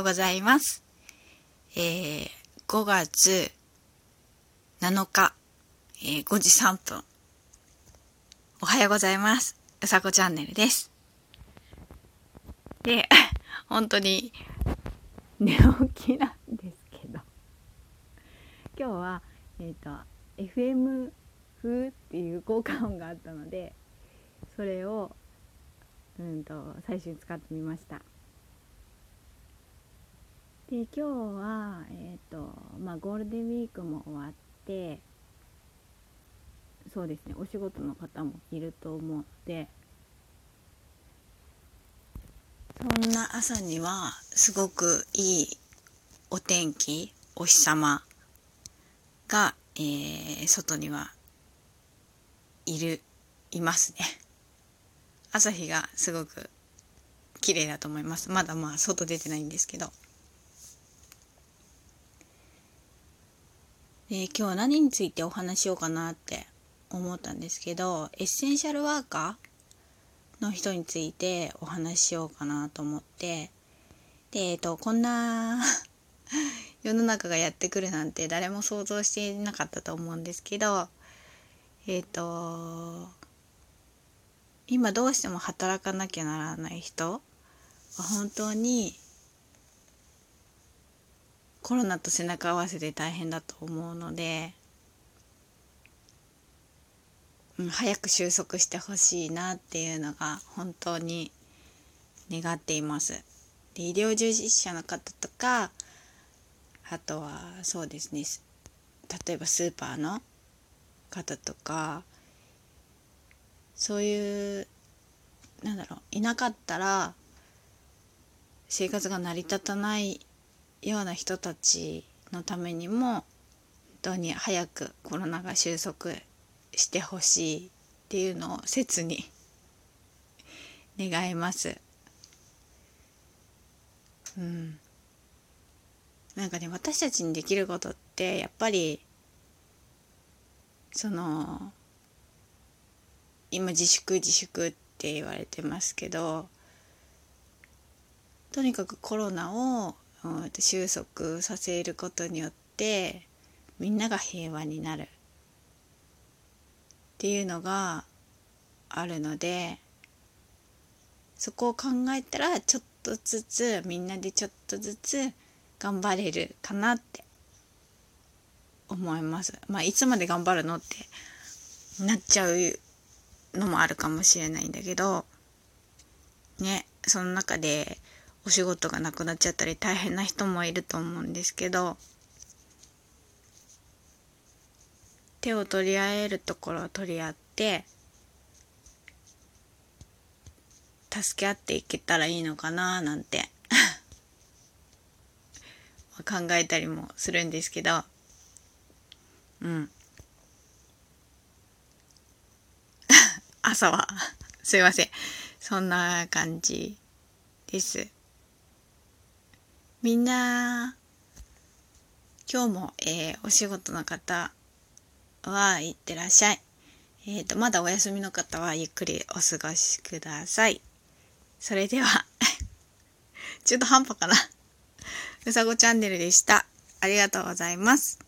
ございます。5月7日、5時3分。おはようございます。うさこチャンネルです。で、本当に寝起きなんですけど、今日は、FM 風っていう効果音があったので、それを、最初に使ってみました。で、今日は、ゴールデンウィークも終わって、そうですね、お仕事の方もいると思うので、そんな朝にはすごくいいお天気、お日様が、外にはいますね。朝日がすごく綺麗だと思います。まだ外出てないんですけど。で、今日は何についてお話ししようかなって思ったんですけど、エッセンシャルワーカーの人についてお話ししようかなと思って、で、こんな世の中がやってくるなんて誰も想像していなかったと思うんですけど、今どうしても働かなきゃならない人は本当にコロナと背中合わせで大変だと思うので、早く収束してほしいなっていうのが本当に願っています。で、医療従事者の方とか、あとはそうですね、例えばスーパーの方とか、そういういなかったら生活が成り立たないような人たちのためにも、本当に早くコロナが収束してほしいっていうのを切に願います。私たちにできることってやっぱり今自粛って言われてますけど、とにかくコロナを収束させることによってみんなが平和になるっていうのがあるので、そこを考えたらちょっとずつみんなでちょっとずつ頑張れるかなって思います。いつまで頑張るのってなっちゃうのもあるかもしれないんだけどね、その中でお仕事がなくなっちゃったり大変な人もいると思うんですけど、手を取り合えるところを取り合って助け合っていけたらいいのかななんて考えたりもするんですけど、朝はすいません、そんな感じです。みんな今日も、お仕事の方は行ってらっしゃい。まだお休みの方はゆっくりお過ごしください。それではちょっと半端かな。うさごチャンネルでした。ありがとうございます。